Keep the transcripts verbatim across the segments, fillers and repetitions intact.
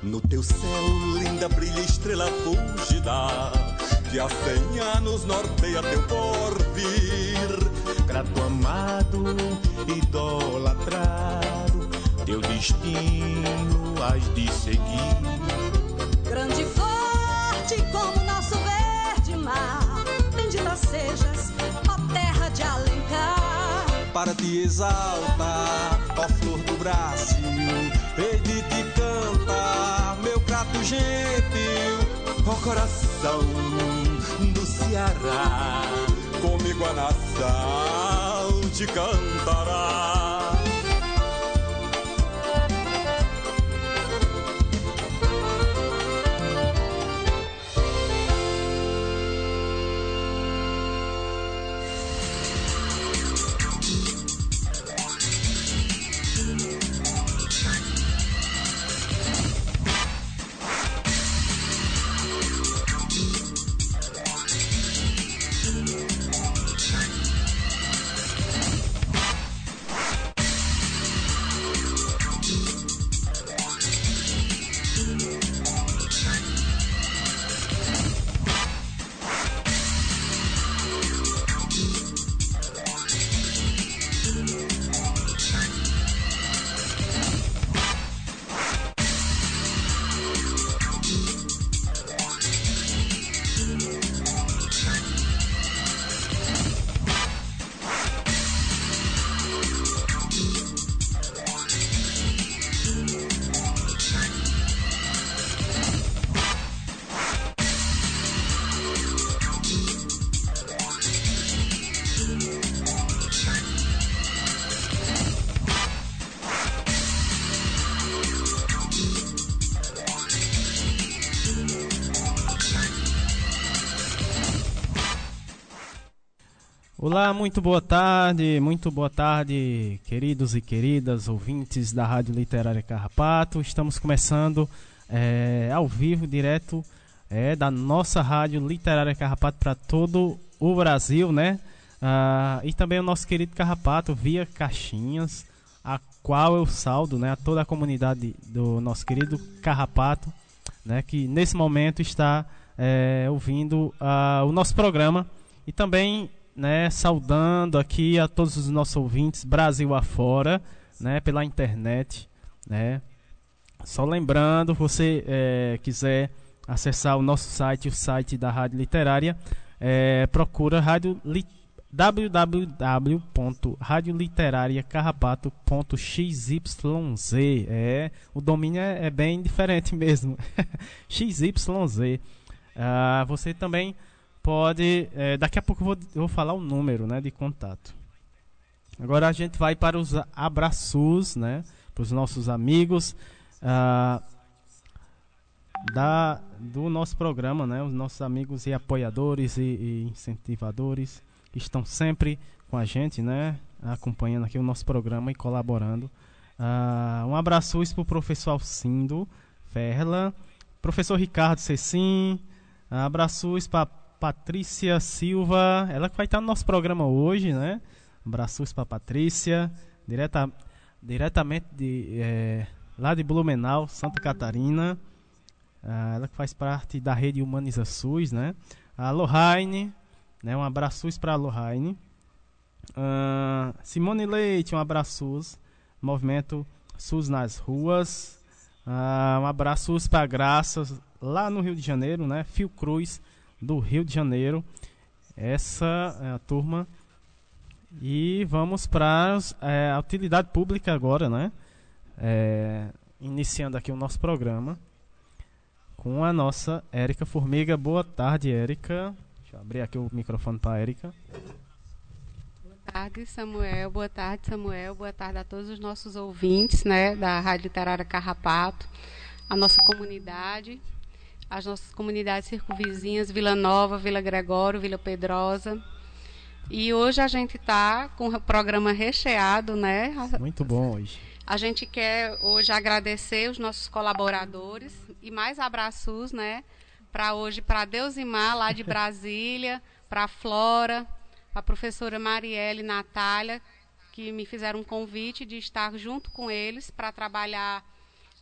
No teu céu, linda, brilha estrela fúlgida, que há cem anos norteia teu porvir. Grato amado, idolatrado, teu destino has de seguir. Grande e forte como nosso verde mar, bendita sejas, ó terra de Alencar. Para te exaltar, ó flor do Brasil, hei de te cantar, meu crato gentil, ó coração do Ceará, comigo a nação te cantará. Olá, muito boa tarde, muito boa tarde, queridos e queridas ouvintes da Rádio Literária Carrapato. Estamos começando é, ao vivo, direto é, da nossa Rádio Literária Carrapato para todo o Brasil, né? Ah, e também o nosso querido Carrapato via Caixinhas, a qual eu saldo, né, a toda a comunidade do nosso querido Carrapato, né, que nesse momento está é, ouvindo ah, o nosso programa, e também, né, saudando aqui a todos os nossos ouvintes Brasil afora, né, pela internet, né. Só lembrando, você é, quiser acessar o nosso site, o site da Rádio Literária, é, procura rádio li, w w w ponto radio literaria carrapato ponto x y z. É, o domínio é, é bem diferente mesmo. x y z. Ah, você também pode, é, daqui a pouco eu vou, eu vou falar o número, né, de contato. Agora a gente vai para os abraços, né, para os nossos amigos ah, da, do nosso programa, né, os nossos amigos e apoiadores e, e incentivadores que estão sempre com a gente, né, acompanhando aqui o nosso programa e colaborando. Ah, um abraço para o professor Alcindo Ferla, professor Ricardo Cecim, abraços para Patrícia Silva, ela que vai estar no nosso programa hoje, né? Abraços para Patrícia, direta, diretamente de, é, lá de Blumenau, Santa Catarina. Ah, ela que faz parte da rede Humaniza SUS, né? A Lohane, né? Um abraços para a Lohane. Ah, Simone Leite, um abraços. Movimento SUS nas ruas. Ah, um abraços para Graças, lá no Rio de Janeiro, né? Fiocruz, do Rio de Janeiro. Essa é a turma. E vamos para é, a utilidade pública agora, né? É, iniciando aqui o nosso programa com a nossa Érica Formiga. Boa tarde, Érica. Deixa eu abrir aqui o microfone para a Érica. Boa tarde, Samuel. Boa tarde, Samuel. Boa tarde a todos os nossos ouvintes, né, da Rádio Literária Carrapato, a nossa comunidade, as nossas comunidades circunvizinhas, Vila Nova, Vila Gregório, Vila Pedrosa. E hoje a gente está com o programa recheado, né? Muito bom hoje. A gente quer hoje agradecer os nossos colaboradores e mais abraços, né? Para hoje, para Deusimar, lá de Brasília, para a Flora, para a professora Marielle e Natália, que me fizeram um convite de estar junto com eles para trabalhar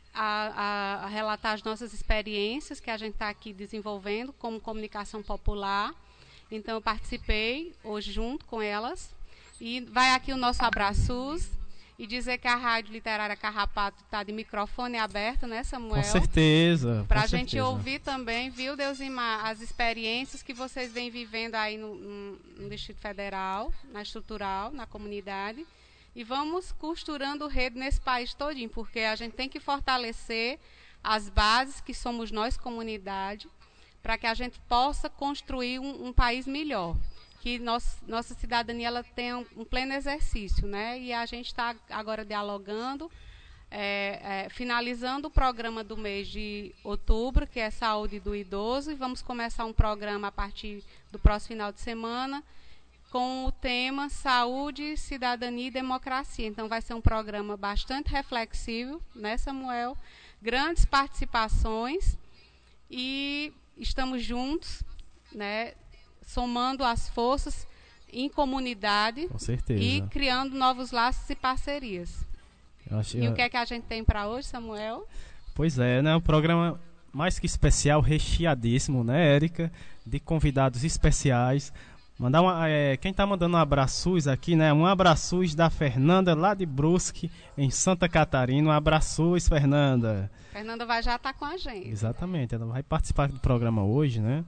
a, a, a relatar as nossas experiências que a gente está aqui desenvolvendo como comunicação popular. Então, eu participei hoje junto com elas. E vai aqui o nosso abraços e dizer que a Rádio Literária Carrapato está de microfone aberto, né, Samuel? Com certeza. Para a gente ouvir também, viu, Deusimar, as experiências que vocês vêm vivendo aí no, no, no Distrito Federal, na estrutural, na comunidade. E vamos costurando rede nesse país todinho, porque a gente tem que fortalecer as bases que somos nós, comunidade, para que a gente possa construir um, um país melhor. Que nós, nossa cidadania ela tenha um, um pleno exercício, né? E a gente está agora dialogando, é, é, finalizando o programa do mês de outubro, que é Saúde do Idoso, e vamos começar um programa a partir do próximo final de semana, com o tema Saúde, Cidadania e Democracia. Então, vai ser um programa bastante reflexivo, né, Samuel? Grandes participações, e estamos juntos, né? Somando as forças em comunidade. Com certeza. E criando novos laços e parcerias. Eu acho, e eu... o que é que a gente tem para hoje, Samuel? Pois é, né? Um programa mais que especial, recheadíssimo, né, Érica? De convidados especiais. Mandar uma, é, quem está mandando um abraços aqui, né? Um abraços da Fernanda, lá de Brusque, em Santa Catarina. Um abraços, Fernanda. Fernanda vai já estar com a gente. Exatamente, ela vai participar do programa hoje, né?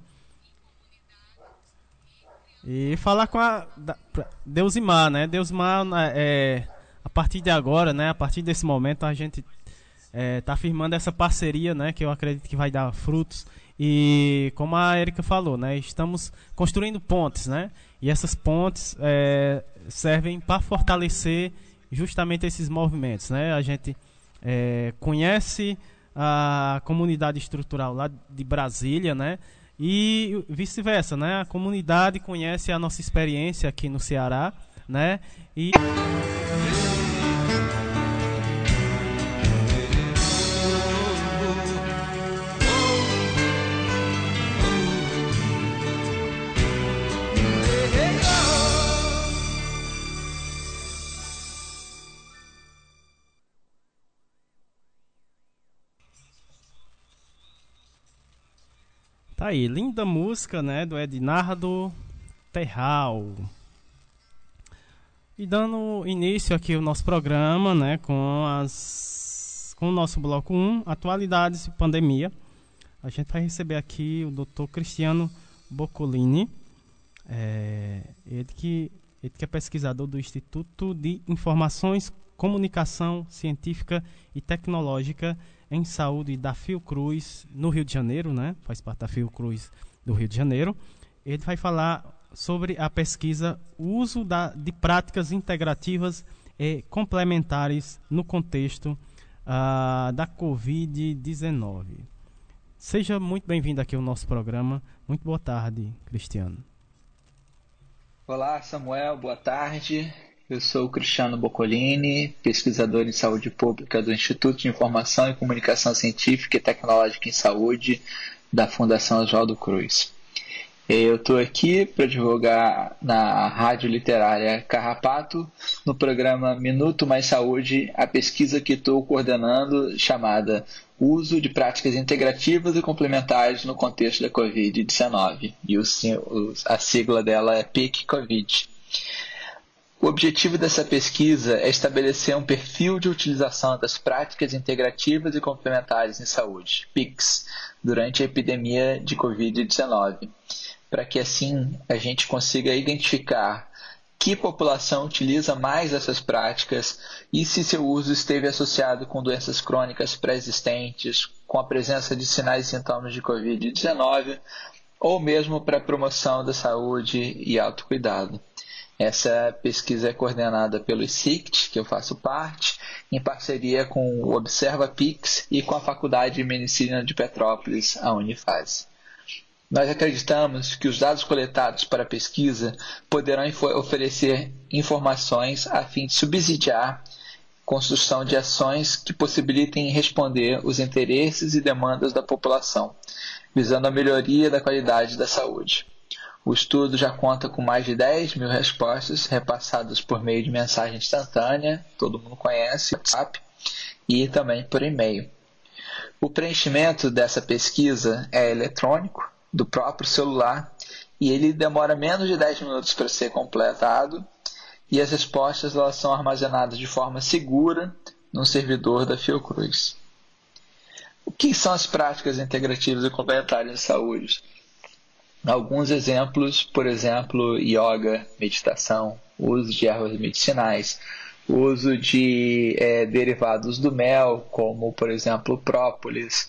E falar com a da, Deusimar, né? Deusimar, é, a partir de agora, né? A partir desse momento, a gente está é, firmando essa parceria, né? Que eu acredito que vai dar frutos. E como a Érica falou, né? Estamos construindo pontes, né? E essas pontes é, servem para fortalecer justamente esses movimentos, né? A gente é, conhece a comunidade estrutural lá de Brasília, né? E vice-versa, né? A comunidade conhece a nossa experiência aqui no Ceará, né? E tá aí, linda música, né, do Ednardo Terral. E dando início aqui ao nosso programa, né, com, as, com o nosso bloco um, Atualidades e Pandemia. A gente vai receber aqui o doutor Cristiano Boccolini, é, ele, que, ele que é pesquisador do Instituto de Informações, Comunicação Científica e Tecnológica em Saúde da Fiocruz, no Rio de Janeiro, né? Faz parte da Fiocruz do Rio de Janeiro. Ele vai falar sobre a pesquisa, o uso da, de práticas integrativas e complementares no contexto uh, da covid dezenove. Seja muito bem-vindo aqui ao nosso programa. Muito boa tarde, Cristiano. Olá, Samuel. Boa tarde. Eu sou o Cristiano Boccolini, pesquisador em saúde pública do Instituto de Informação e Comunicação Científica e Tecnológica em Saúde da Fundação Oswaldo Cruz. Eu estou aqui para divulgar na Rádio Literária Carrapato, no programa Minuto Mais Saúde, a pesquisa que estou coordenando, chamada Uso de Práticas Integrativas e Complementares no Contexto da covid dezenove. E o, a sigla dela é P I C Covid. O objetivo dessa pesquisa é estabelecer um perfil de utilização das práticas integrativas e complementares em saúde, P I Cs, durante a epidemia de covid dezenove, para que assim a gente consiga identificar que população utiliza mais essas práticas e se seu uso esteve associado com doenças crônicas pré-existentes, com a presença de sinais e sintomas de covid dezenove, ou mesmo para a promoção da saúde e autocuidado. Essa pesquisa é coordenada pelo I C I C T, que eu faço parte, em parceria com o Observa P I C S e com a Faculdade de Medicina de Petrópolis, a Unifase. Nós acreditamos que os dados coletados para a pesquisa poderão oferecer informações a fim de subsidiar a construção de ações que possibilitem responder os interesses e demandas da população, visando a melhoria da qualidade da saúde. O estudo já conta com mais de dez mil respostas repassadas por meio de mensagem instantânea, todo mundo conhece, WhatsApp, e também por e-mail. O preenchimento dessa pesquisa é eletrônico, do próprio celular, e ele demora menos de dez minutos para ser completado, e as respostas elas são armazenadas de forma segura no servidor da Fiocruz. O que são as práticas integrativas e complementares de saúde? Alguns exemplos, por exemplo, yoga, meditação, uso de ervas medicinais, uso de é, derivados do mel, como, por exemplo, própolis,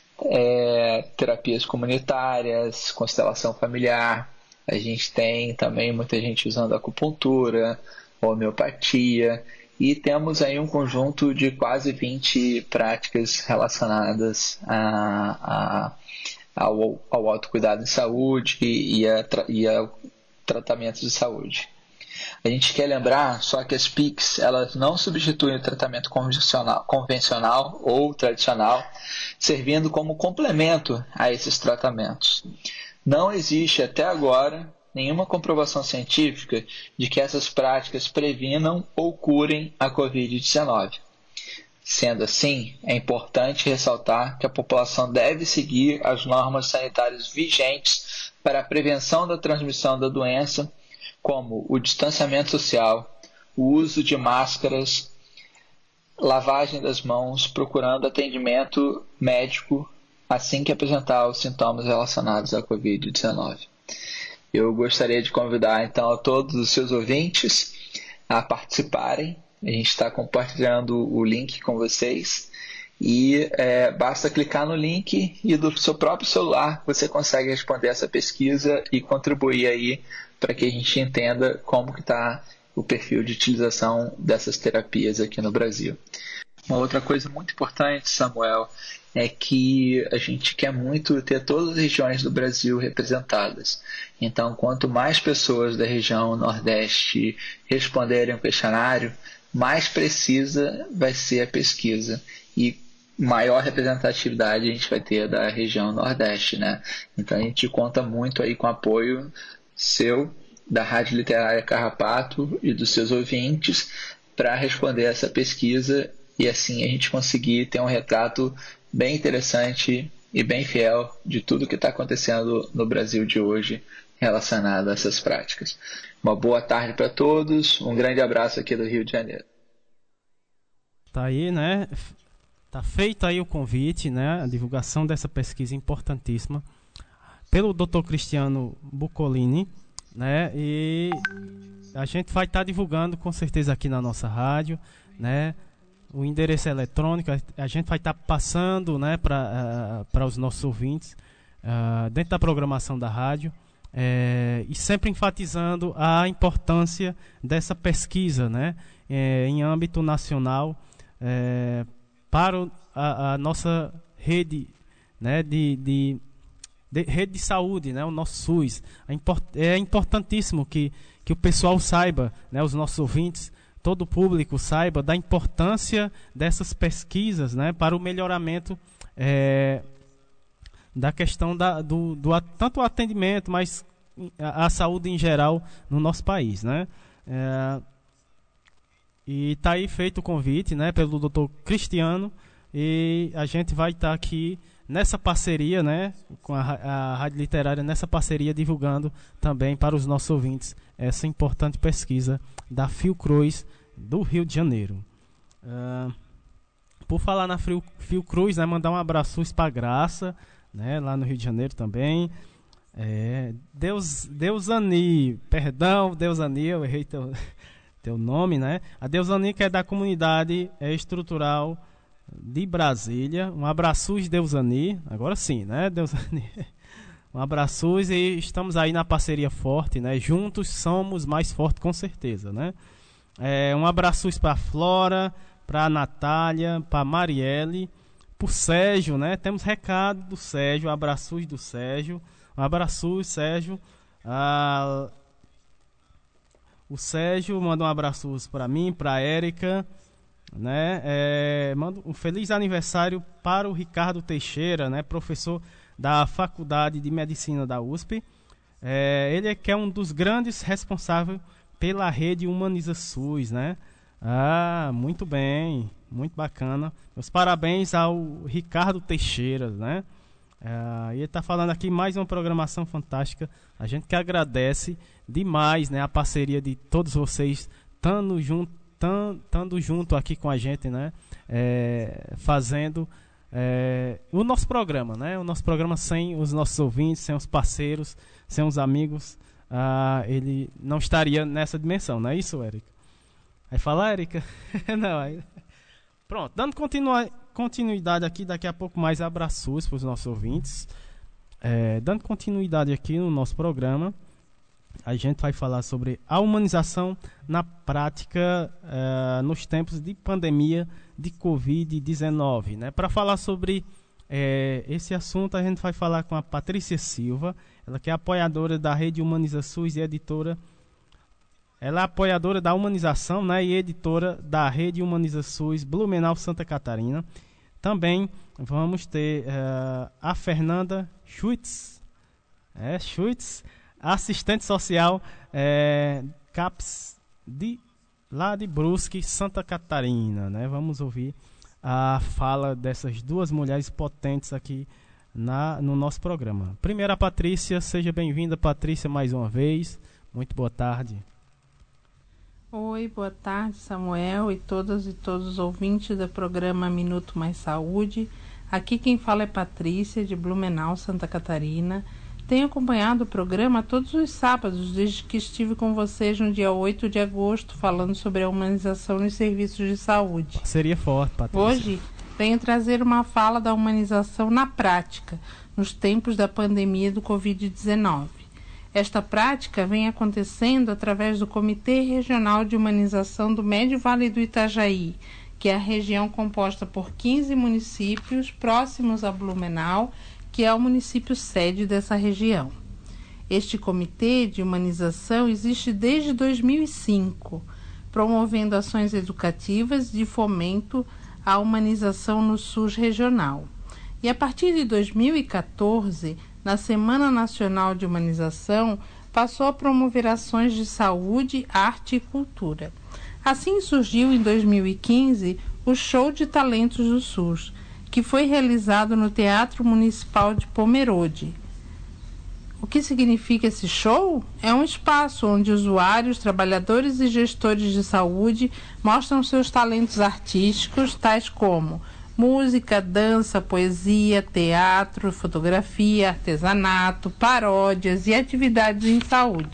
é, terapias comunitárias, constelação familiar. A gente tem também muita gente usando acupuntura, homeopatia, e temos aí um conjunto de quase vinte práticas relacionadas a, a, ao, ao autocuidado em saúde e a, e a tratamentos de saúde. A gente quer lembrar só que as P I Cs elas não substituem o tratamento convencional, convencional ou tradicional, servindo como complemento a esses tratamentos. Não existe até agora nenhuma comprovação científica de que essas práticas previnam ou curem a covid dezenove. Sendo assim, é importante ressaltar que a população deve seguir as normas sanitárias vigentes para a prevenção da transmissão da doença, como o distanciamento social, o uso de máscaras, lavagem das mãos, procurando atendimento médico assim que apresentar os sintomas relacionados à covid dezenove. Eu gostaria de convidar então a todos os seus ouvintes a participarem. A gente está compartilhando o link com vocês e é, basta clicar no link e do seu próprio celular você consegue responder essa pesquisa e contribuir aí para que a gente entenda como que está o perfil de utilização dessas terapias aqui no Brasil. Uma outra coisa muito importante, Samuel, é que a gente quer muito ter todas as regiões do Brasil representadas. Então, quanto mais pessoas da região Nordeste responderem ao questionário, mais precisa vai ser a pesquisa e maior representatividade a gente vai ter da região Nordeste, né? Então, a gente conta muito aí com o apoio seu, da Rádio Literária Carrapato e dos seus ouvintes para responder essa pesquisa e assim a gente conseguir ter um retrato bem interessante e bem fiel de tudo que está acontecendo no Brasil de hoje relacionado a essas práticas. Uma boa tarde para todos, um grande abraço aqui do Rio de Janeiro. Tá aí, né? Tá feito aí o convite, né? A divulgação dessa pesquisa importantíssima pelo doutor Cristiano Bucolini, né? E a gente vai estar tá divulgando com certeza aqui na nossa rádio, né? O endereço eletrônico a gente vai estar tá passando, né, para uh, para os nossos ouvintes uh, dentro da programação da rádio, é, e sempre enfatizando a importância dessa pesquisa, né, é, em âmbito nacional, é, para a, a nossa rede, né, de, de, de rede de saúde, né, o nosso SUS. É, import, é importantíssimo que, que o pessoal saiba, né, os nossos ouvintes, todo o público saiba da importância dessas pesquisas, né, para o melhoramento é, da questão da, do, do tanto o atendimento, mas a, a saúde em geral no nosso país, né? É, e está aí feito o convite, né, pelo doutor Cristiano, e a gente vai estar tá aqui nessa parceria, né, com a, a Rádio Literária, nessa parceria divulgando também para os nossos ouvintes essa importante pesquisa da Fiocruz do Rio de Janeiro. Uh, por falar na Fiocruz, né, mandar um abraço para a Graça, né, lá no Rio de Janeiro também. É, Deus, Deusani, perdão, Deusani, eu errei teu, teu nome, né? A Deusani, que é da comunidade é, estrutural de Brasília. Um abraço, Deusani, agora sim, né, Deusani? Um abraço e estamos aí na parceria forte, né? Juntos somos mais fortes, com certeza, né? É, um abraço para a Flora, para a Natália, para a Marielle, para o Sérgio, né? Temos recado do Sérgio, abraços do Sérgio. Um abraço, Sérgio. Ah, o Sérgio manda um abraço para mim, para a Érica, né? É, manda um feliz aniversário para o Ricardo Teixeira, né? Professor da Faculdade de Medicina da U S P. É, ele é que é um dos grandes responsáveis pela rede Humaniza SUS, né? Ah, muito bem, muito bacana. Meus parabéns ao Ricardo Teixeira, né? Ah, ele está falando aqui mais uma programação fantástica. A gente que agradece demais, né, a parceria de todos vocês, estando junto, estando junto aqui com a gente, né? É, fazendo é, o nosso programa, né? O nosso programa sem os nossos ouvintes, sem os parceiros, sem os amigos, ah, ele não estaria nessa dimensão, não é isso, Érica? Aí fala, Érica? Não, aí... Pronto, dando continua... continuidade aqui, daqui a pouco mais abraços para os nossos ouvintes. É, dando continuidade aqui no nosso programa, a gente vai falar sobre a humanização na prática uh, nos tempos de pandemia de covid dezenove, né? Para falar sobre uh, esse assunto, a gente vai falar com a Patrícia Silva, ela que é apoiadora da Rede Humaniza SUS e editora. Ela é apoiadora da humanização, né, e editora da Rede Humaniza SUS Blumenau, Santa Catarina. Também vamos ter uh, a Fernanda Schutz, é, Schutz, assistente social é, CAPS de, lá de Brusque, Santa Catarina, né? Vamos ouvir a fala dessas duas mulheres potentes aqui na, no nosso programa. Primeiro a Patrícia, seja bem-vinda, Patrícia, mais uma vez. Muito boa tarde. Oi, boa tarde, Samuel e todas e todos os ouvintes do programa Minuto Mais Saúde. Aqui quem fala é Patrícia, de Blumenau, Santa Catarina. Tenho acompanhado o programa todos os sábados, desde que estive com vocês no dia oito de agosto, falando sobre a humanização nos serviços de saúde. Seria forte, Patrícia. Hoje, venho trazer uma fala da humanização na prática, nos tempos da pandemia do covid dezenove. Esta prática vem acontecendo através do Comitê Regional de Humanização do Médio Vale do Itajaí, que é a região composta por quinze municípios próximos a Blumenau, que é o município sede dessa região. Este comitê de humanização existe desde dois mil e cinco, promovendo ações educativas de fomento à humanização no SUS regional. E a partir de dois mil e quatorze, na Semana Nacional de Humanização, passou a promover ações de saúde, arte e cultura. Assim surgiu em dois mil e quinze o Show de Talentos do SUS, que foi realizado no Teatro Municipal de Pomerode. O que significa esse show? É um espaço onde usuários, trabalhadores e gestores de saúde mostram seus talentos artísticos, tais como música, dança, poesia, teatro, fotografia, artesanato, paródias e atividades em saúde.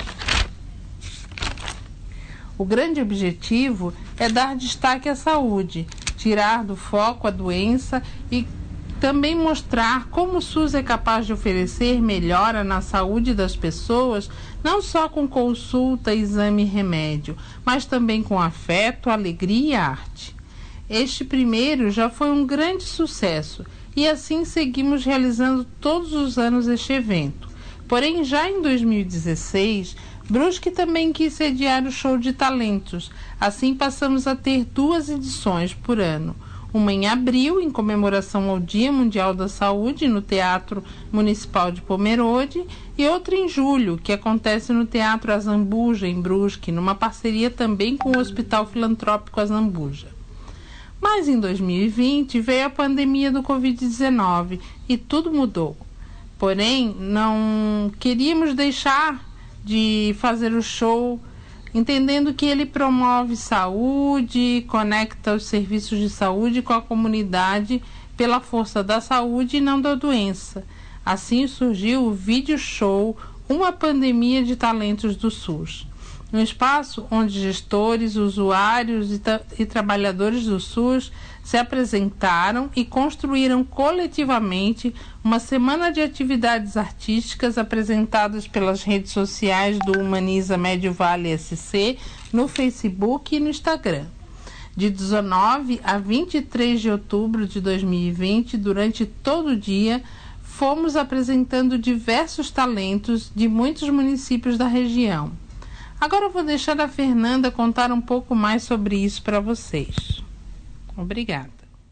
O grande objetivo é dar destaque à saúde, tirar do foco a doença e também mostrar como o SUS é capaz de oferecer melhora na saúde das pessoas, não só com consulta, exame e remédio, mas também com afeto, alegria e arte. Este primeiro já foi um grande sucesso e assim seguimos realizando todos os anos este evento. Porém, já em dois mil e dezesseis, Brusque também quis sediar o Show de Talentos. Assim passamos a ter duas edições por ano. Uma em abril, em comemoração ao Dia Mundial da Saúde, no Teatro Municipal de Pomerode, e outra em julho, que acontece no Teatro Azambuja, em Brusque, numa parceria também com o Hospital Filantrópico Azambuja. Mas em dois mil e vinte veio a pandemia do covid dezenove e tudo mudou. Porém, não queríamos deixar de fazer o show, entendendo que ele promove saúde, conecta os serviços de saúde com a comunidade pela força da saúde e não da doença. Assim surgiu o Vídeo Show, uma pandemia de talentos do SUS. Um espaço onde gestores, usuários e, tra- e trabalhadores do SUS se apresentaram e construíram coletivamente uma semana de atividades artísticas apresentadas pelas redes sociais do Humaniza Médio Vale S C, no Facebook e no Instagram. De dezenove a vinte e três de outubro de dois mil e vinte, durante todo o dia, fomos apresentando diversos talentos de muitos municípios da região. Agora eu vou deixar a Fernanda contar um pouco mais sobre isso para vocês. Obrigada.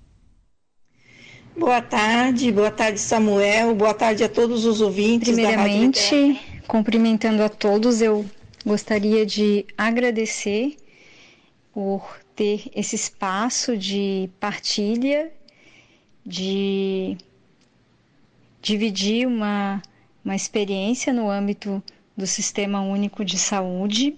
Boa tarde, boa tarde, Samuel, boa tarde a todos os ouvintes da Rádio Primeiramente, cumprimentando a todos, eu gostaria de agradecer por ter esse espaço de partilha, de dividir uma, uma experiência no âmbito do Sistema Único de Saúde.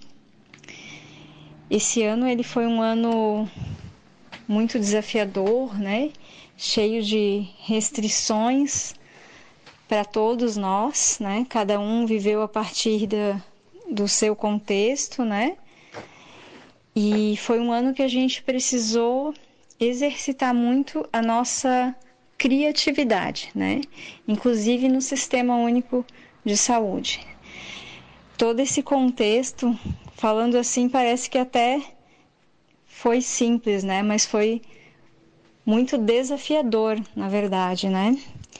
Esse ano ele foi um ano muito desafiador, né? Cheio de restrições para todos nós, né? Cada um viveu a partir da, do seu contexto, né? E foi um ano que a gente precisou exercitar muito a nossa criatividade, né? Inclusive no Sistema Único de Saúde. Todo esse contexto, falando assim, parece que até foi simples, né? Mas foi muito desafiador, na verdade, né?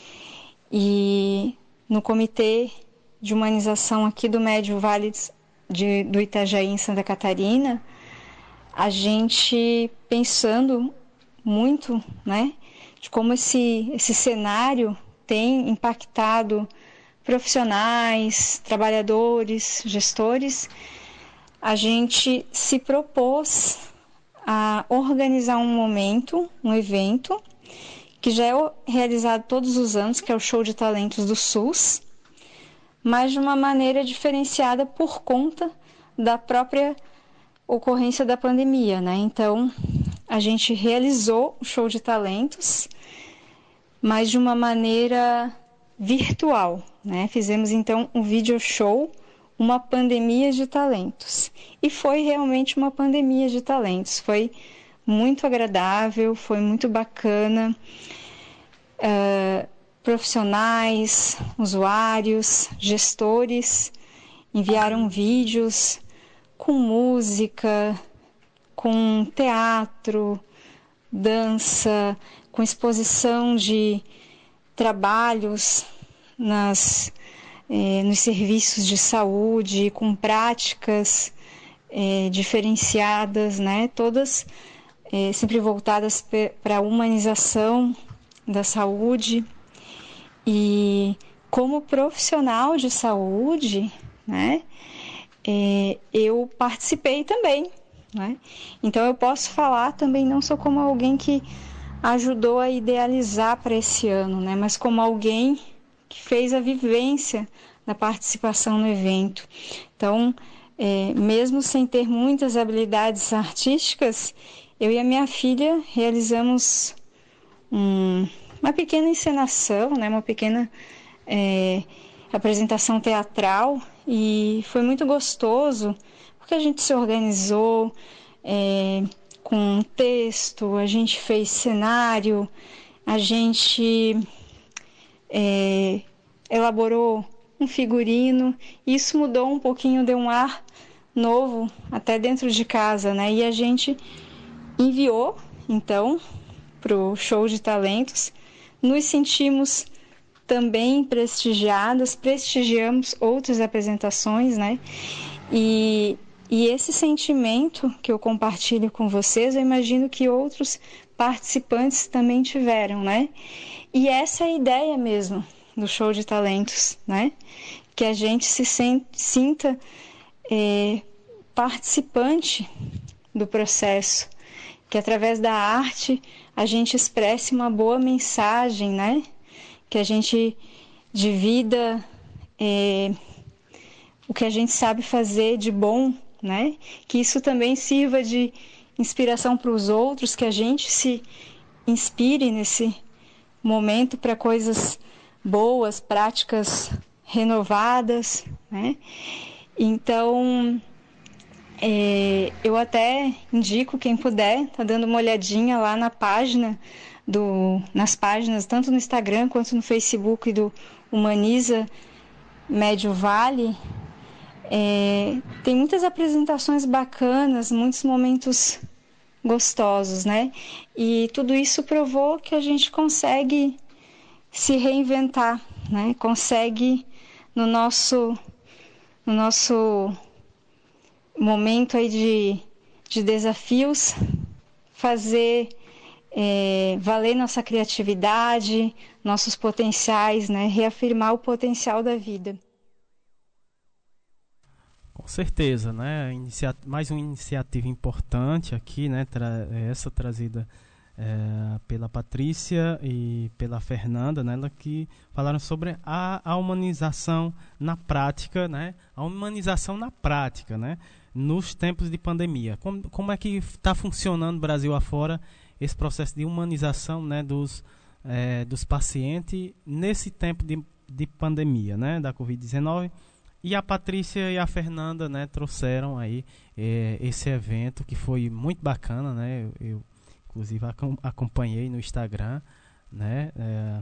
E no Comitê de Humanização aqui do Médio Vale de, do Itajaí, em Santa Catarina, a gente pensando muito, né, de como esse, esse cenário tem impactado profissionais, trabalhadores, gestores, a gente se propôs a organizar um momento, um evento, que já é realizado todos os anos, que é o Show de Talentos do SUS, mas de uma maneira diferenciada por conta da própria ocorrência da pandemia, né? Então, a gente realizou o Show de Talentos, mas de uma maneira virtual, né? Fizemos, então, um video show, uma pandemia de talentos. E foi realmente uma pandemia de talentos. Foi muito agradável, foi muito bacana. Uh, profissionais, usuários, gestores enviaram vídeos com música, com teatro, dança, com exposição de trabalhos nas, eh, nos serviços de saúde, com práticas eh, diferenciadas, né? Todas eh, sempre voltadas para a humanização da saúde. E como profissional de saúde, né? É, eu participei também, né? Então eu posso falar também não só como alguém que ajudou a idealizar para esse ano, né? Mas como alguém que fez a vivência da participação no evento. Então, é, mesmo sem ter muitas habilidades artísticas, eu e a minha filha realizamos um, uma pequena encenação, né? Uma pequena é, apresentação teatral. E foi muito gostoso, porque a gente se organizou é, com texto, a gente fez cenário, a gente é, elaborou um figurino. Isso mudou um pouquinho, deu um ar novo até dentro de casa, né? E a gente enviou, então, para o Show de Talentos. Nos sentimos também prestigiadas, prestigiamos outras apresentações, né? E, e esse sentimento que eu compartilho com vocês, eu imagino que outros participantes também tiveram, né? E essa é a ideia mesmo do Show de Talentos, né? Que a gente se sinta é, participante do processo, que através da arte a gente expresse uma boa mensagem, né? Que a gente divida é, o que a gente sabe fazer de bom, né? Que isso também sirva de inspiração para os outros, que a gente se inspire nesse momento para coisas boas, práticas renovadas, né? Então, é, eu até indico quem puder, tá dando uma olhadinha lá na página Do, nas páginas, tanto no Instagram quanto no Facebook do Humaniza Médio Vale. É, tem muitas apresentações bacanas, muitos momentos gostosos, né? E tudo isso provou que a gente consegue se reinventar, né? Consegue no nosso, no nosso momento aí de, de desafios fazer É, valer nossa criatividade, nossos potenciais, né? Reafirmar o potencial da vida. Com certeza, né? Inicia... Mais uma iniciativa importante aqui, né? Tra... Essa trazida é, pela Patrícia e pela Fernanda, né? Ela que falaram sobre a, a humanização na prática, né? A humanização na prática, né? Nos tempos de pandemia. Como, como é que está funcionando Brasil afora esse processo de humanização, né? Dos, é, dos pacientes nesse tempo de, de pandemia, né? Da covid dezenove. E a Patrícia e a Fernanda, né, trouxeram aí é, esse evento que foi muito bacana, né? Eu, eu inclusive acompanhei no Instagram, né, é,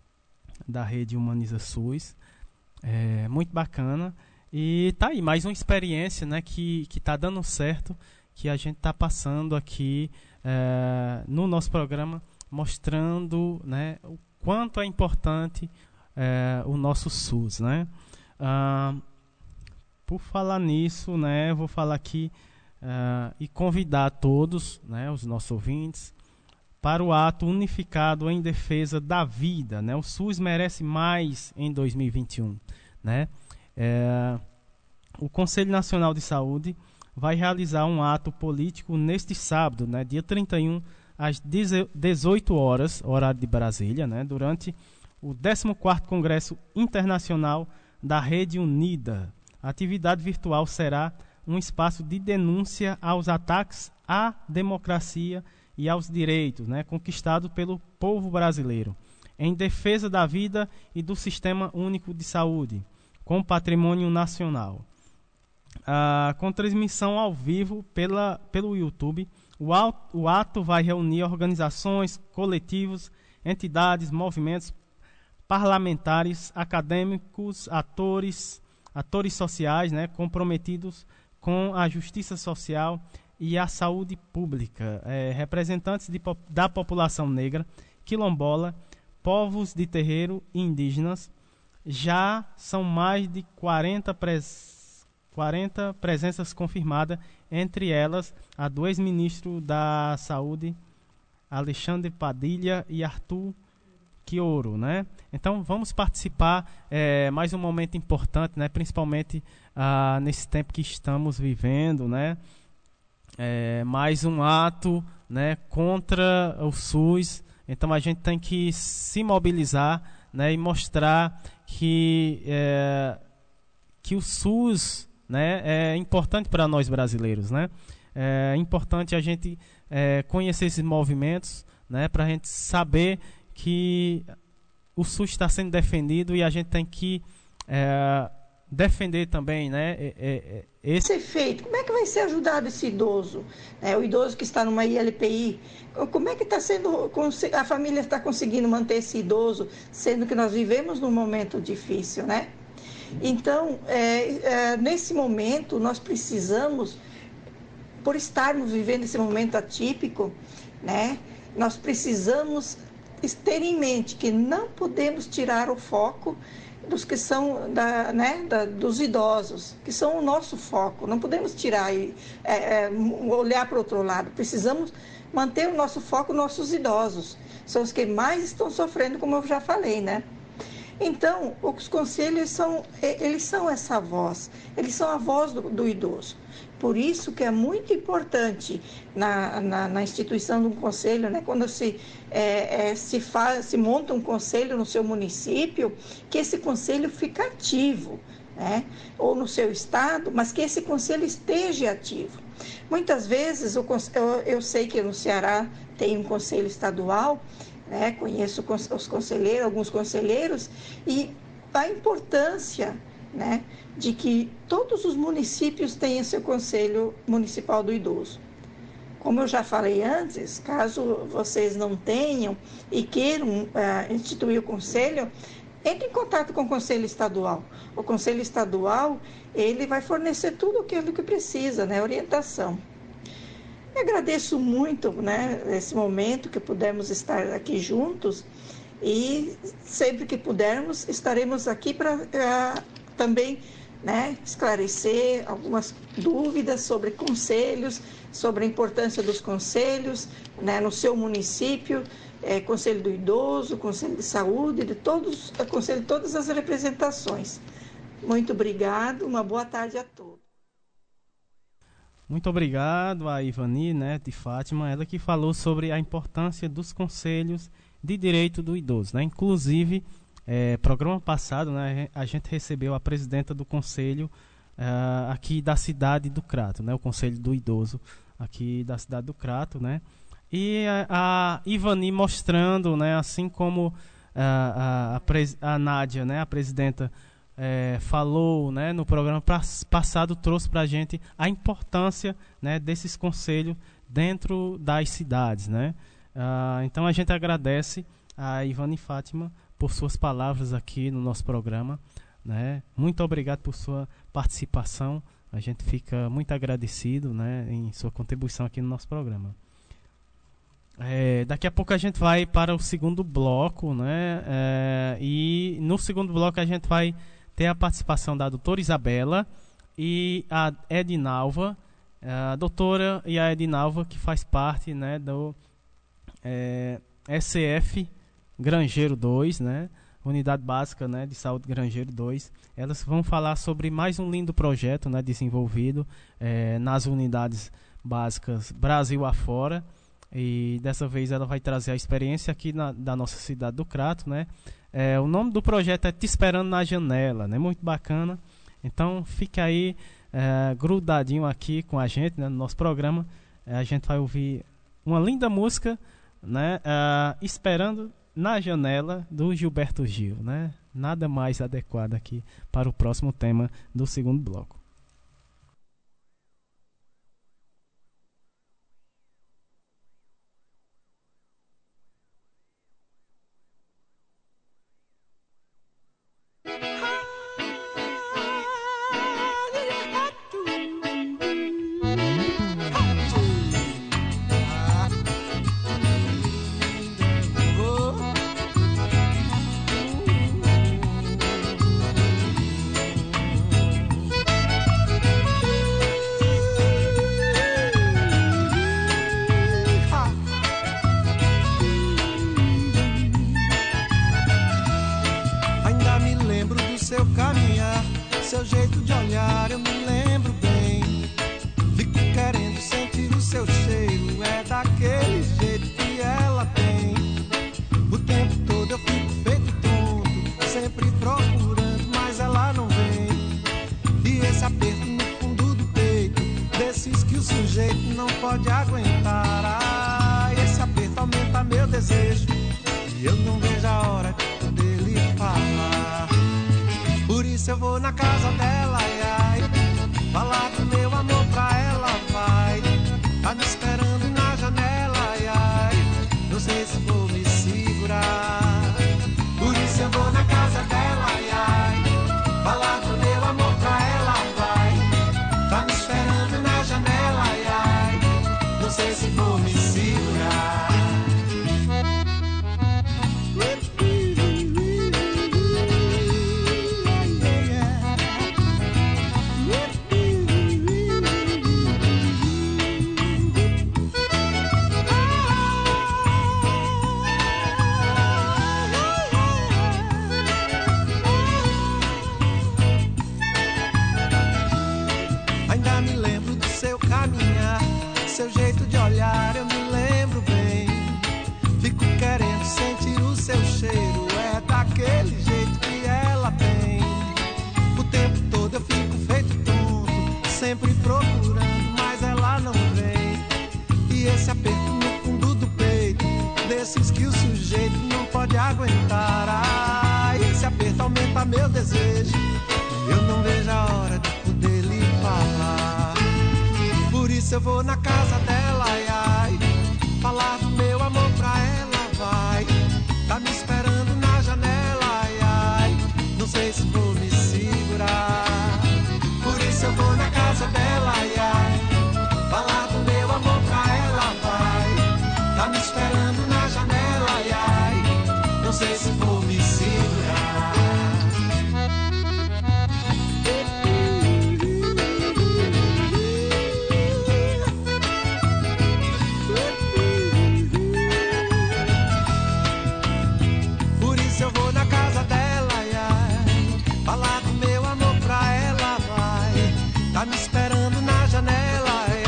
da rede Humaniza SUS, é, muito bacana. E tá aí mais uma experiência, né, que que tá dando certo, que a gente tá passando aqui é, no nosso programa, mostrando, né, o quanto é importante é, o nosso SUS, né? Ah, por falar nisso, né, eu vou falar aqui uh, e convidar todos, né, os nossos ouvintes, para o ato unificado em defesa da vida, né? O SUS merece mais em dois mil e vinte e um, né? É, o Conselho Nacional de Saúde vai realizar um ato político neste sábado, né, dia trinta e um, às dezoito horas, horário de Brasília, né, durante o décimo quarto Congresso Internacional da Rede Unida. A atividade virtual será um espaço de denúncia aos ataques à democracia e aos direitos, né, conquistados pelo povo brasileiro, em defesa da vida e do Sistema Único de Saúde, com patrimônio nacional. Ah, com transmissão ao vivo pela, pelo YouTube, o, o ato vai reunir organizações, coletivos, entidades, movimentos parlamentares, acadêmicos, atores, atores sociais, né, comprometidos com a justiça social e a saúde pública, é, representantes de, da população negra, quilombola, povos de terreiro e indígenas. Já são mais de quarenta, pres, quarenta presenças confirmadas, entre elas a do ex-ministro da Saúde, Alexandre Padilha, e Arthur Quioro, né? Então vamos participar, é, mais um momento importante, né? Principalmente ah, nesse tempo que estamos vivendo, né? É, mais um ato, né, contra o SUS. Então a gente tem que se mobilizar, né, e mostrar que, é, que o SUS, né, é importante para nós brasileiros, né? É importante a gente é, conhecer esses movimentos, né, para a gente saber que o SUS está sendo defendido e a gente tem que é, defender também, né, é, é, esse... ser feito. Como é que vai ser ajudado esse idoso? É, o idoso que está numa I L P I, como é que está sendo, a família está conseguindo manter esse idoso, sendo que nós vivemos num momento difícil, né? Então, é, é, nesse momento, nós precisamos, por estarmos vivendo esse momento atípico, né, nós precisamos ter em mente que não podemos tirar o foco dos que são da, né, da, dos idosos, que são o nosso foco. Não podemos tirar e é, é, olhar para o outro lado. Precisamos manter o nosso foco nos nossos idosos. São os que mais estão sofrendo, como eu já falei, né? Então, os conselhos são, eles são essa voz, eles são a voz do, do idoso. Por isso que é muito importante na, na, na instituição de um conselho, né, quando se, é, é, se, faz, se monta um conselho no seu município, que esse conselho fique ativo, né, ou no seu estado, mas que esse conselho esteja ativo. Muitas vezes, o, eu, eu sei que no Ceará tem um conselho estadual, né, conheço os conselheiros, alguns conselheiros, e a importância, né, de que todos os municípios tenham seu Conselho Municipal do Idoso. Como eu já falei antes, caso vocês não tenham e queiram uh, instituir o conselho, entre em contato com o Conselho Estadual. O Conselho Estadual, ele vai fornecer tudo aquilo que precisa, né, orientação. Eu agradeço muito, né, esse momento que pudemos estar aqui juntos e sempre que pudermos estaremos aqui para uh, também, né, esclarecer algumas dúvidas sobre conselhos, sobre a importância dos conselhos, né, no seu município, é, Conselho do Idoso, Conselho de Saúde, de todos, Conselho de todas as representações. Muito obrigado, uma boa tarde a todos. Muito obrigado a Ivani, né, de Fátima, ela que falou sobre a importância dos conselhos de direito do idoso, né? Inclusive, é, programa passado, né, a gente recebeu a presidenta do conselho uh, aqui da cidade do Crato, né, o conselho do idoso aqui da cidade do Crato, né? E a, a Ivani mostrando, né, assim como uh, a, a, a Nádia, né, a presidenta, É, falou, né, no programa passado, trouxe para a gente a importância, né, desses conselhos dentro das cidades, né? Ah, então a gente agradece a Ivani Fátima por suas palavras aqui no nosso programa, né? Muito obrigado por sua participação, a gente fica muito agradecido, né, em sua contribuição aqui no nosso programa. É, daqui a pouco a gente vai para o segundo bloco, né? É, e no segundo bloco a gente vai ter a participação da doutora Isabela e a Edinalva, a doutora e a Edinalva, que faz parte, né, do é, S F Grangeiro dois, né, Unidade Básica, né, de Saúde Grangeiro dois. Elas vão falar sobre mais um lindo projeto, né, desenvolvido é, nas unidades básicas Brasil afora. E dessa vez ela vai trazer a experiência aqui na, da nossa cidade do Crato, né? É, o nome do projeto é Te Esperando na Janela, né? Muito bacana. Então fique aí é, grudadinho aqui com a gente, né, no nosso programa. É, a gente vai ouvir uma linda música, né? É, Esperando na Janela, do Gilberto Gil, né? Nada mais adequado aqui para o próximo tema do segundo bloco. Seu jeito de olhar eu me lembro bem. Fico querendo sentir o seu cheiro. É daquele jeito que ela tem. O tempo todo eu fico feito tonto, sempre procurando, mas ela não vem. E esse aperto no fundo do peito, desses que o sujeito não pode aguentar. Ah, esse aperto aumenta meu desejo, e eu não vejo a hora de poder lhe falar. Por isso eu vou na casa dela, ai, ai, falar do meu amor pra ela, vai. Tá me esperando na janela, ai, ai, não sei se vou me segurar. Por isso eu vou na casa dela, ai, ai, falar do meu amor pra ela, vai. Tá me esperando na janela, ai, ai, não sei se vou me segurar. Seu jeito de olhar eu me lembro bem. Fico querendo sentir o seu cheiro. É daquele jeito que ela tem. O tempo todo eu fico feito tonto, sempre procurando, mas ela não vem. E esse aperto no fundo do peito, desses que o sujeito não pode aguentar. Ah, esse aperto aumenta meu desejo, e eu não vejo a hora de poder lhe falar. Por isso eu vou na casa dela, ai, ai, falar do meu amor pra ela, vai. Tá me esperando na janela, ai, ai, não sei se vou me segurar. Por isso eu vou na casa dela, ai, ai, falar do meu amor pra ela, vai. Tá me esperando na janela, ai, ai, não sei se vou me segurar. Tá me esperando na janela,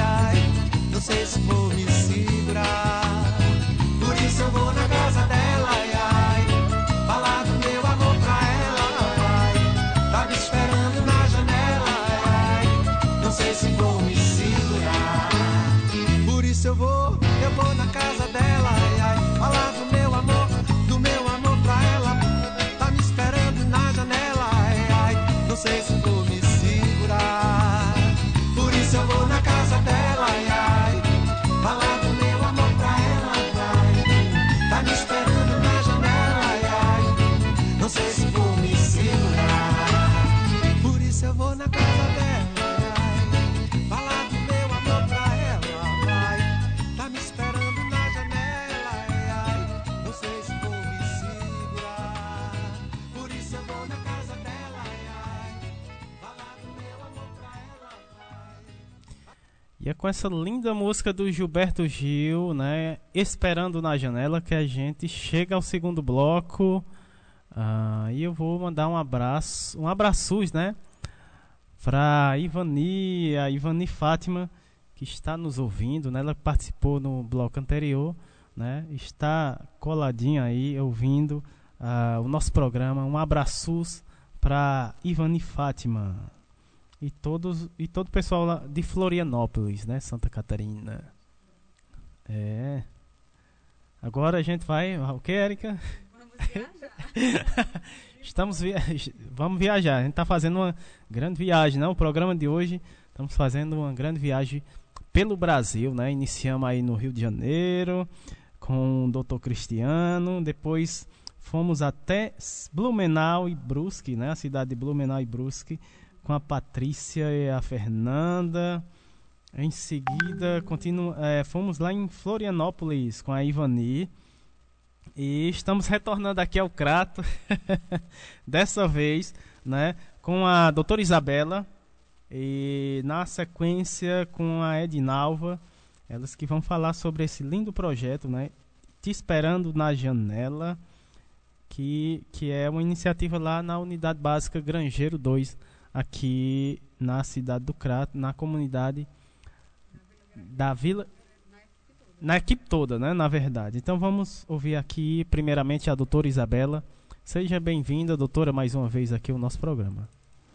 E é com essa linda música do Gilberto Gil, né? Esperando na Janela, que a gente chega ao segundo bloco. Ah, e eu vou mandar um abraço, um abraços, né? Pra Ivani, a Ivani Fátima, que está nos ouvindo, né? Ela participou no bloco anterior, né? Está coladinha aí, ouvindo uh, o nosso programa. Um abraços para Ivani Fátima e todos e todo o pessoal lá de Florianópolis, né? Santa Catarina. É. Agora a gente vai, o que, Érica? Vamos viajar. Estamos via... Vamos viajar. A gente está fazendo uma grande viagem, né? O programa de hoje estamos fazendo uma grande viagem pelo Brasil, né? Iniciamos aí no Rio de Janeiro com o doutor Cristiano, depois fomos até Blumenau e Brusque, né? A cidade de Blumenau e Brusque, com a Patrícia e a Fernanda. Em seguida, continu... é, fomos lá em Florianópolis com a Ivani. E estamos retornando aqui ao Crato, dessa vez, né, com a doutora Isabela e na sequência com a Edinalva, elas que vão falar sobre esse lindo projeto, né, Te Esperando na Janela, que, que é uma iniciativa lá na Unidade Básica Grangeiro dois, aqui na cidade do Crato, na comunidade da Vila... Na equipe toda, né, na verdade. Então vamos ouvir aqui primeiramente a doutora Isabela. Seja bem-vinda, doutora, mais uma vez aqui ao nosso programa.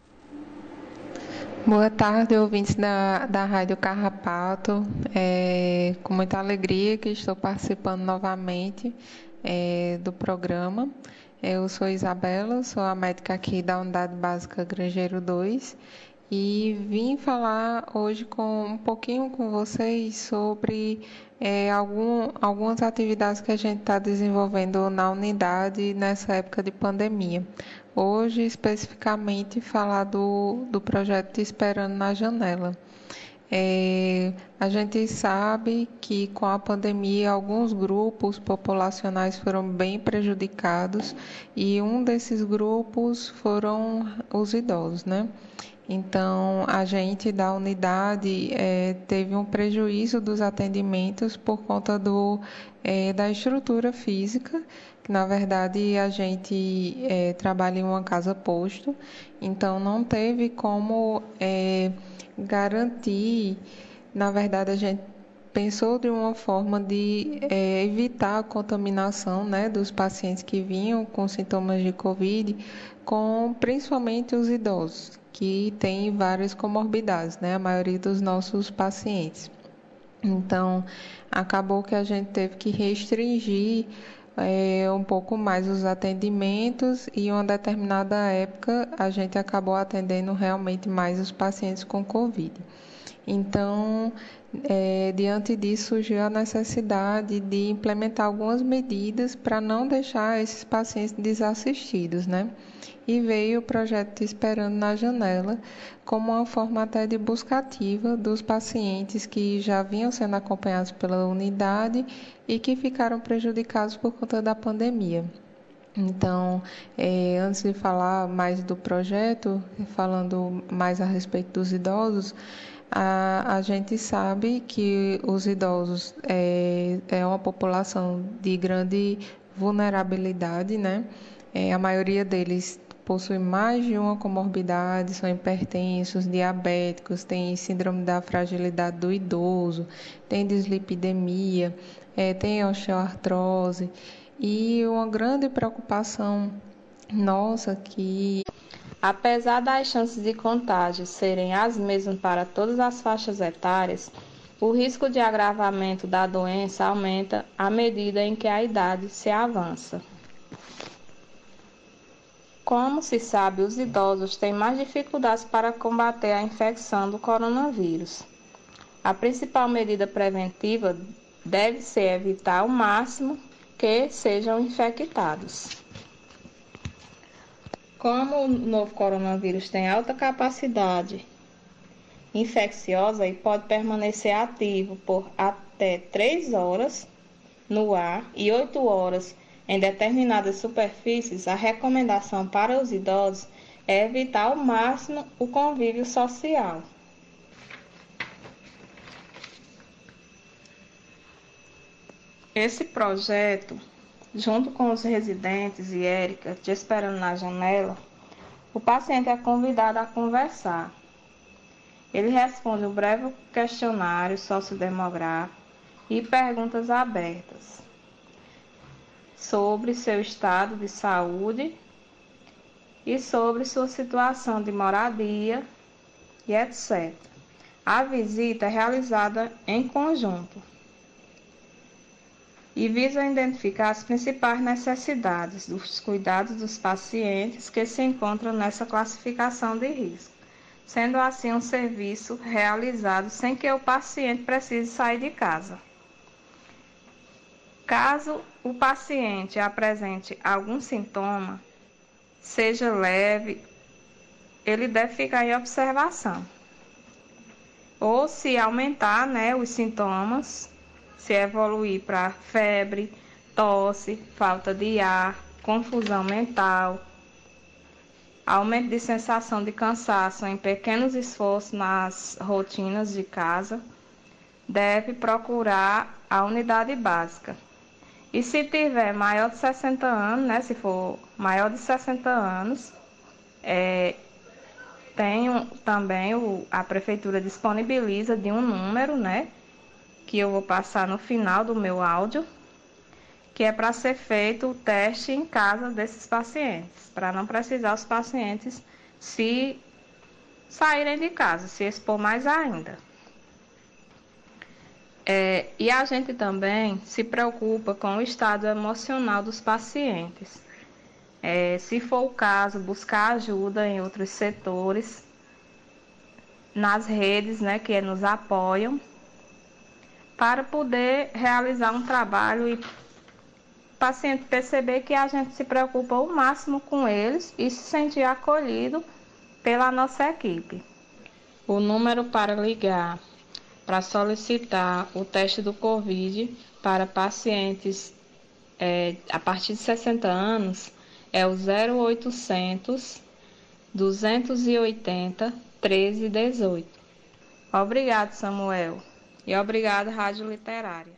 Boa tarde, ouvintes da, da Rádio Carrapato. É com muita alegria que estou participando novamente é, do programa. Eu sou Isabela, sou a médica aqui da Unidade Básica Grangeiro dois e vim falar hoje com um pouquinho com vocês sobre é, algum, algumas atividades que a gente está desenvolvendo na unidade nessa época de pandemia. Hoje, especificamente, falar do, do projeto Te Esperando na Janela. É, a gente sabe que com a pandemia alguns grupos populacionais foram bem prejudicados e um desses grupos foram os idosos, né? Então, a gente da unidade é, teve um prejuízo dos atendimentos por conta do, é, da estrutura física, que na verdade a gente é, trabalha em uma casa-posto, então não teve como é, garantir, na verdade a gente pensou de uma forma de é, evitar a contaminação, né, dos pacientes que vinham com sintomas de Covid, com principalmente os idosos, que têm várias comorbidades, né, a maioria dos nossos pacientes. Então, acabou que a gente teve que restringir é, um pouco mais os atendimentos e em uma determinada época a gente acabou atendendo realmente mais os pacientes com Covid. Então, é, diante disso, surgiu a necessidade de implementar algumas medidas para não deixar esses pacientes desassistidos, né? E veio o projeto Te Esperando na Janela como uma forma até de busca ativa dos pacientes que já vinham sendo acompanhados pela unidade e que ficaram prejudicados por conta da pandemia. Então, é, antes de falar mais do projeto, falando mais a respeito dos idosos, A, a gente sabe que os idosos é, é uma população de grande vulnerabilidade, né? É, a maioria deles possui mais de uma comorbidade, são hipertensos, diabéticos, tem síndrome da fragilidade do idoso, tem dislipidemia, é, tem osteoartrose e uma grande preocupação nossa que... Apesar das chances de contágio serem as mesmas para todas as faixas etárias, o risco de agravamento da doença aumenta à medida em que a idade se avança. Como se sabe, os idosos têm mais dificuldades para combater a infecção do coronavírus. A principal medida preventiva deve ser evitar ao máximo que sejam infectados. Como o novo coronavírus tem alta capacidade infecciosa e pode permanecer ativo por até três horas no ar e oito horas em determinadas superfícies, a recomendação para os idosos é evitar ao máximo o convívio social. Esse projeto, junto com os residentes e Érica, te esperando na janela, o paciente é convidado a conversar. Ele responde um breve questionário sociodemográfico e perguntas abertas sobre seu estado de saúde e sobre sua situação de moradia e etcétera. A visita é realizada em conjunto e visa identificar as principais necessidades dos cuidados dos pacientes que se encontram nessa classificação de risco, sendo assim um serviço realizado sem que o paciente precise sair de casa. Caso o paciente apresente algum sintoma, seja leve, ele deve ficar em observação. Ou se aumentar, né, os sintomas, se evoluir para febre, tosse, falta de ar, confusão mental, aumento de sensação de cansaço em pequenos esforços nas rotinas de casa, deve procurar a unidade básica. E se tiver maior de sessenta anos, né, se for maior de sessenta anos, é, tem um, também o, a prefeitura disponibiliza de um número, né, que eu vou passar no final do meu áudio, que é para ser feito o teste em casa desses pacientes, para não precisar os pacientes se saírem de casa, se expor mais ainda. É, e a gente também se preocupa com o estado emocional dos pacientes. É, se for o caso, buscar ajuda em outros setores, nas redes, né, que nos apoiam, para poder realizar um trabalho e o paciente perceber que a gente se preocupa ao máximo com eles e se sentir acolhido pela nossa equipe. O número para ligar para solicitar o teste do Covid para pacientes é, a partir de sessenta anos é o zero oitocentos, duzentos e oitenta, treze dezoito. Obrigado, Samuel. E obrigado, Rádio Literária.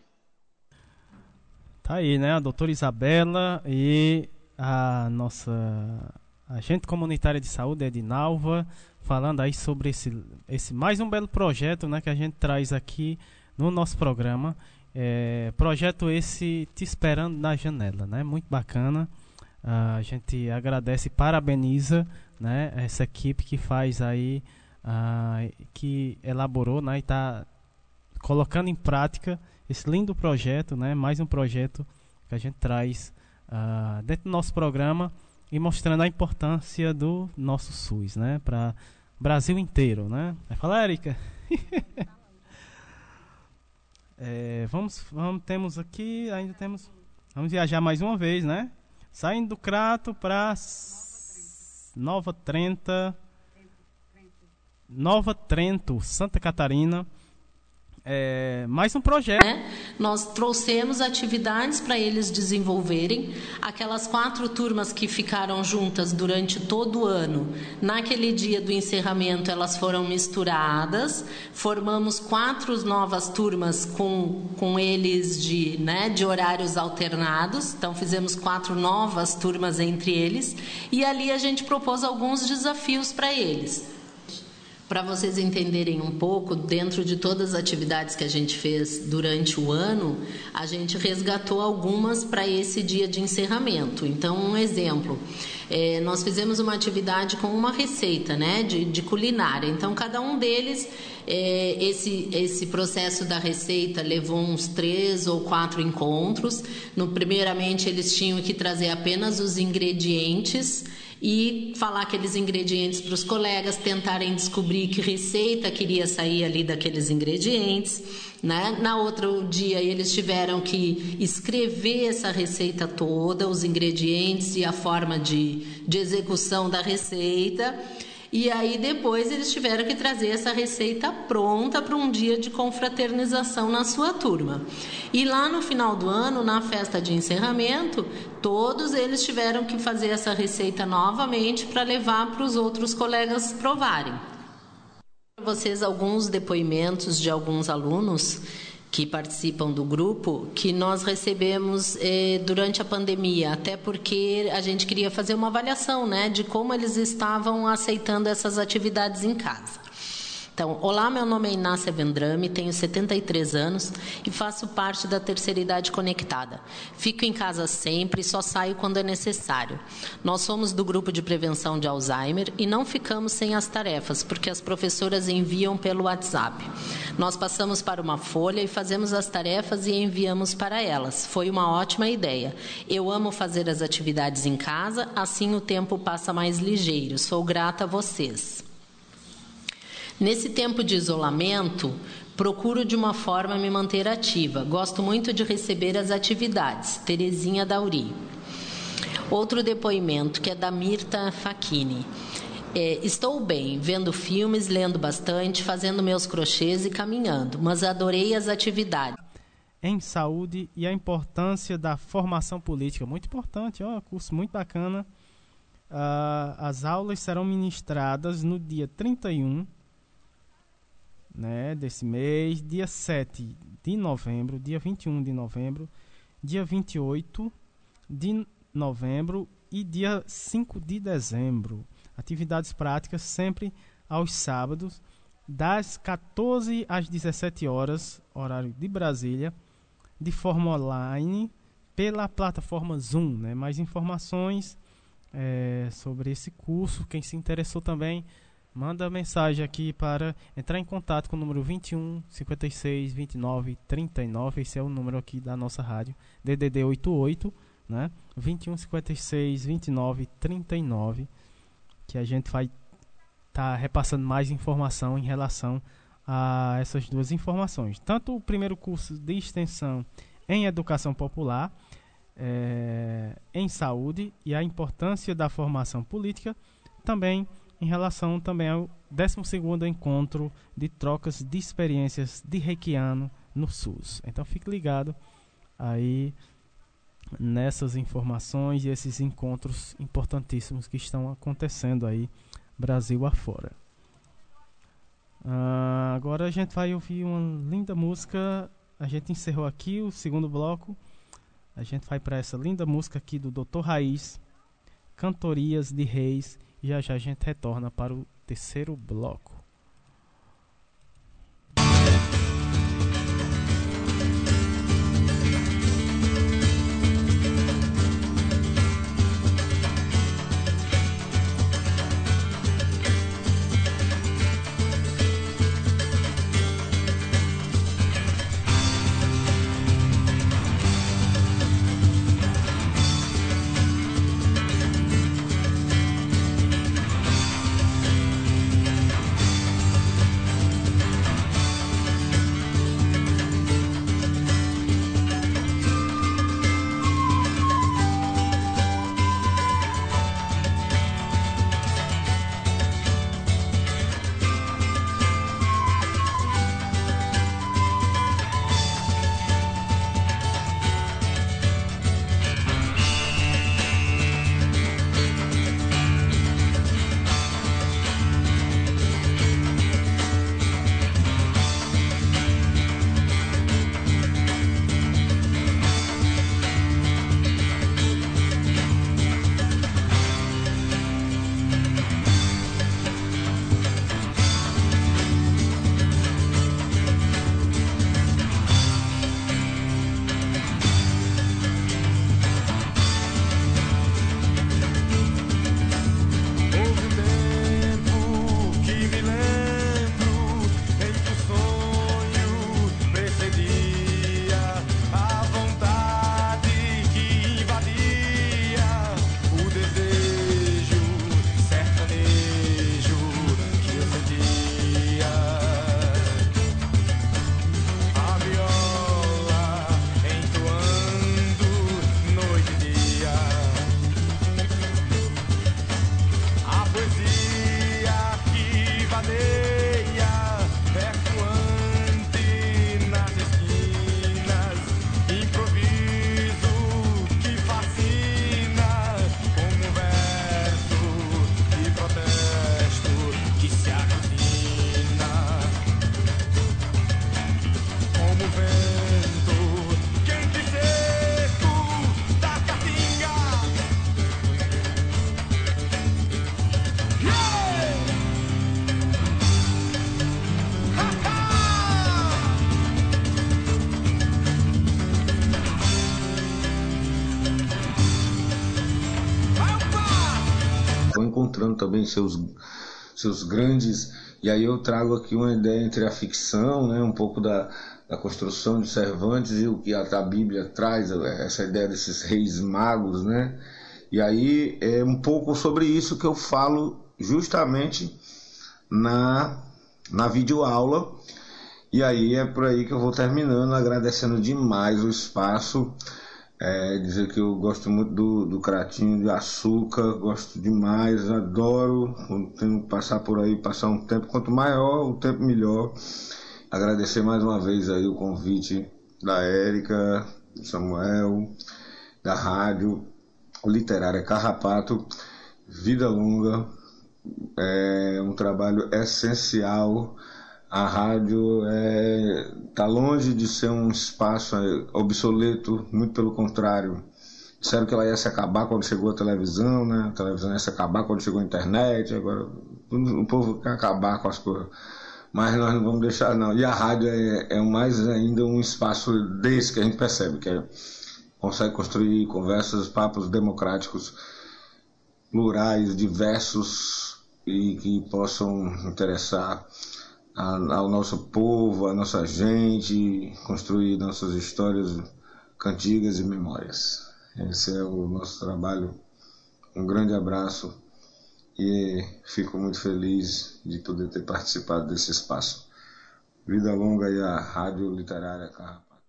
Tá aí, né? A doutora Isabela e a nossa agente comunitária de saúde, Edinalva, falando aí sobre esse, esse mais um belo projeto, né, que a gente traz aqui no nosso programa. É, projeto esse Te Esperando na Janela, né? Muito bacana. Uh, a gente agradece e parabeniza, né, essa equipe que faz aí, uh, que elaborou, né, e está colocando em prática esse lindo projeto, né, mais um projeto que a gente traz uh, dentro do nosso programa e mostrando a importância do nosso SUS, né, para o Brasil inteiro, né? Vai falar, Érica? é, vamos, vamos, temos aqui, ainda temos, vamos viajar mais uma vez, né? Saindo do Crato para Nova Trento, Nova Trento, Santa Catarina. É, mais um projeto. É, nós trouxemos atividades para eles desenvolverem. Aquelas quatro turmas que ficaram juntas durante todo o ano, naquele dia do encerramento elas foram misturadas. Formamos quatro novas turmas com, com eles de, né, de horários alternados. Então fizemos quatro novas turmas entre eles. E ali a gente propôs alguns desafios para eles. Para vocês entenderem um pouco, dentro de todas as atividades que a gente fez durante o ano, a gente resgatou algumas para esse dia de encerramento. Então, um exemplo, é, nós fizemos uma atividade com uma receita, né, de, de culinária. Então, cada um deles, é, esse, esse processo da receita levou uns três ou quatro encontros. No, primeiramente, eles tinham que trazer apenas os ingredientes e falar aqueles ingredientes para os colegas, tentarem descobrir que receita queria sair ali daqueles ingredientes, né? Na outro dia eles tiveram que escrever essa receita toda, os ingredientes e a forma de, de execução da receita. E aí depois eles tiveram que trazer essa receita pronta para um dia de confraternização na sua turma. E lá no final do ano, na festa de encerramento, todos eles tiveram que fazer essa receita novamente para levar para os outros colegas provarem. Para vocês alguns depoimentos de alguns alunos que participam do grupo, que nós recebemos eh, durante a pandemia, até porque a gente queria fazer uma avaliação, né, de como eles estavam aceitando essas atividades em casa. Então, olá, meu nome é Inácia Vendrame, tenho setenta e três anos e faço parte da Terceira Idade Conectada. Fico em casa sempre e só saio quando é necessário. Nós somos do grupo de prevenção de Alzheimer e não ficamos sem as tarefas, porque as professoras enviam pelo WhatsApp. Nós passamos para uma folha e fazemos as tarefas e enviamos para elas. Foi uma ótima ideia. Eu amo fazer as atividades em casa, assim o tempo passa mais ligeiro. Sou grata a vocês. Nesse tempo de isolamento, procuro de uma forma me manter ativa. Gosto muito de receber as atividades. Terezinha Dauri. Outro depoimento, que é da Mirta Facchini. É, estou bem, vendo filmes, lendo bastante, fazendo meus crochês e caminhando, mas adorei as atividades. Em saúde e a importância da formação política. Muito importante, ó, curso muito bacana. Uh, as aulas serão ministradas no dia trinta e um, né, desse mês, dia sete de novembro, dia vinte e um de novembro, dia vinte e oito de novembro e dia cinco de dezembro. Atividades práticas sempre aos sábados, das quatorze às dezessete horas, horário de Brasília, de forma online, pela plataforma Zoom, né? Mais informações é, sobre esse curso, quem se interessou também, manda mensagem aqui para entrar em contato com o número vinte e um, cinquenta e seis, vinte e nove, trinta e nove. Esse é o número aqui da nossa rádio, D D D oitenta e oito, né? vinte e um, cinquenta e seis, vinte e nove, trinta e nove, que a gente vai estar tá repassando mais informação em relação a essas duas informações. Tanto o primeiro curso de extensão em educação popular, é, em saúde e a importância da formação política, também em relação também ao décimo segundo encontro de trocas de experiências de reikiano no SUS. Então fique ligado aí nessas informações e esses encontros importantíssimos que estão acontecendo aí Brasil afora. Uh, agora a gente vai ouvir uma linda música. A gente encerrou aqui o segundo bloco. A gente vai para essa linda música aqui do doutor Raiz, Cantorias de Reis. E já já a gente retorna para o terceiro bloco. Thank vão encontrando também seus, seus grandes... E aí eu trago aqui uma ideia entre a ficção, né, um pouco da, da construção de Cervantes e o que a, a Bíblia traz, essa ideia desses reis magos, né? E aí é um pouco sobre isso que eu falo justamente na, na videoaula. E aí é por aí que eu vou terminando, agradecendo demais o espaço. É, dizer que eu gosto muito do, do Cratinho de Açúcar, gosto demais, adoro quando tenho que passar por aí, passar um tempo, quanto maior o tempo melhor. Agradecer mais uma vez aí o convite da Érica, do Samuel, da rádio Literária Carrapato. Vida longa, é um trabalho essencial. A rádio está é, longe de ser um espaço obsoleto, muito pelo contrário. Disseram que ela ia se acabar quando chegou a televisão, né? A televisão ia se acabar quando chegou a internet, agora o povo quer acabar com as coisas. Mas nós não vamos deixar, não. E a rádio é, é mais ainda um espaço desse que a gente percebe, que é, consegue construir conversas, papos democráticos, plurais, diversos e que possam interessar ao nosso povo, à nossa gente, construir nossas histórias, cantigas e memórias. Esse é o nosso trabalho. Um grande abraço e fico muito feliz de poder ter participado desse espaço. Vida longa e a Rádio Literária Carrapato.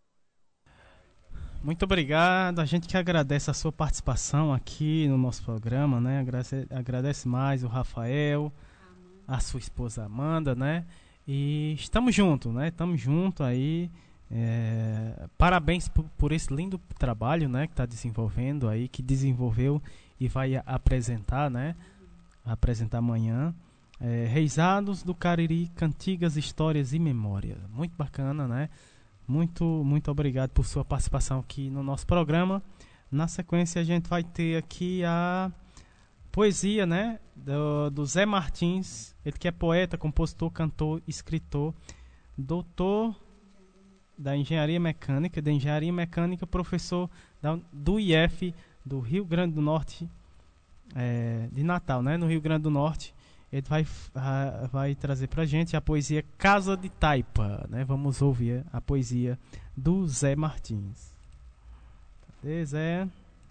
Muito obrigado. A gente que agradece a sua participação aqui no nosso programa, né? Agradece, agradece mais o Rafael, a sua esposa Amanda, né? E estamos juntos, né? Estamos juntos aí. É... Parabéns por, por esse lindo trabalho, né? Que está desenvolvendo aí, que desenvolveu e vai apresentar, né? Apresentar amanhã. É... Reisados do Cariri, Cantigas, Histórias e Memórias. Muito bacana, né? Muito, muito obrigado por sua participação aqui no nosso programa. Na sequência a gente vai ter aqui a poesia, né, do, do Zé Martins, ele que é poeta, compositor, cantor, escritor, doutor da Engenharia Mecânica, da Engenharia Mecânica, professor da, do I F do Rio Grande do Norte, é, de Natal, né, no Rio Grande do Norte. Ele vai, a, vai trazer pra gente a poesia Casa de Taipa, né? Vamos ouvir a poesia do Zé Martins. Cadê, Zé?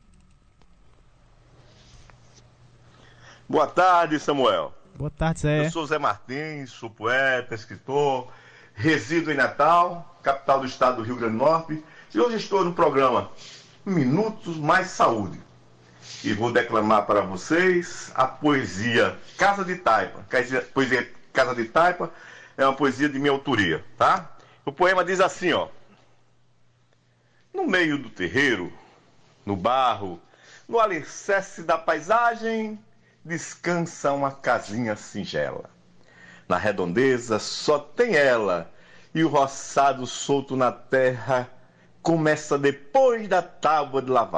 Boa tarde, Samuel. Boa tarde, Zé. Eu sou Zé Martins, sou poeta, escritor, resido em Natal, capital do estado do Rio Grande do Norte, e hoje estou no programa Minutos Mais Saúde. E vou declamar para vocês a poesia Casa de Taipa. A poesia Casa de Taipa é uma poesia de minha autoria, tá? O poema diz assim, ó. No meio do terreiro, no barro, no alicerce da paisagem, descansa uma casinha singela. Na redondeza só tem ela, e o roçado solto na terra começa depois da tábua de lavar.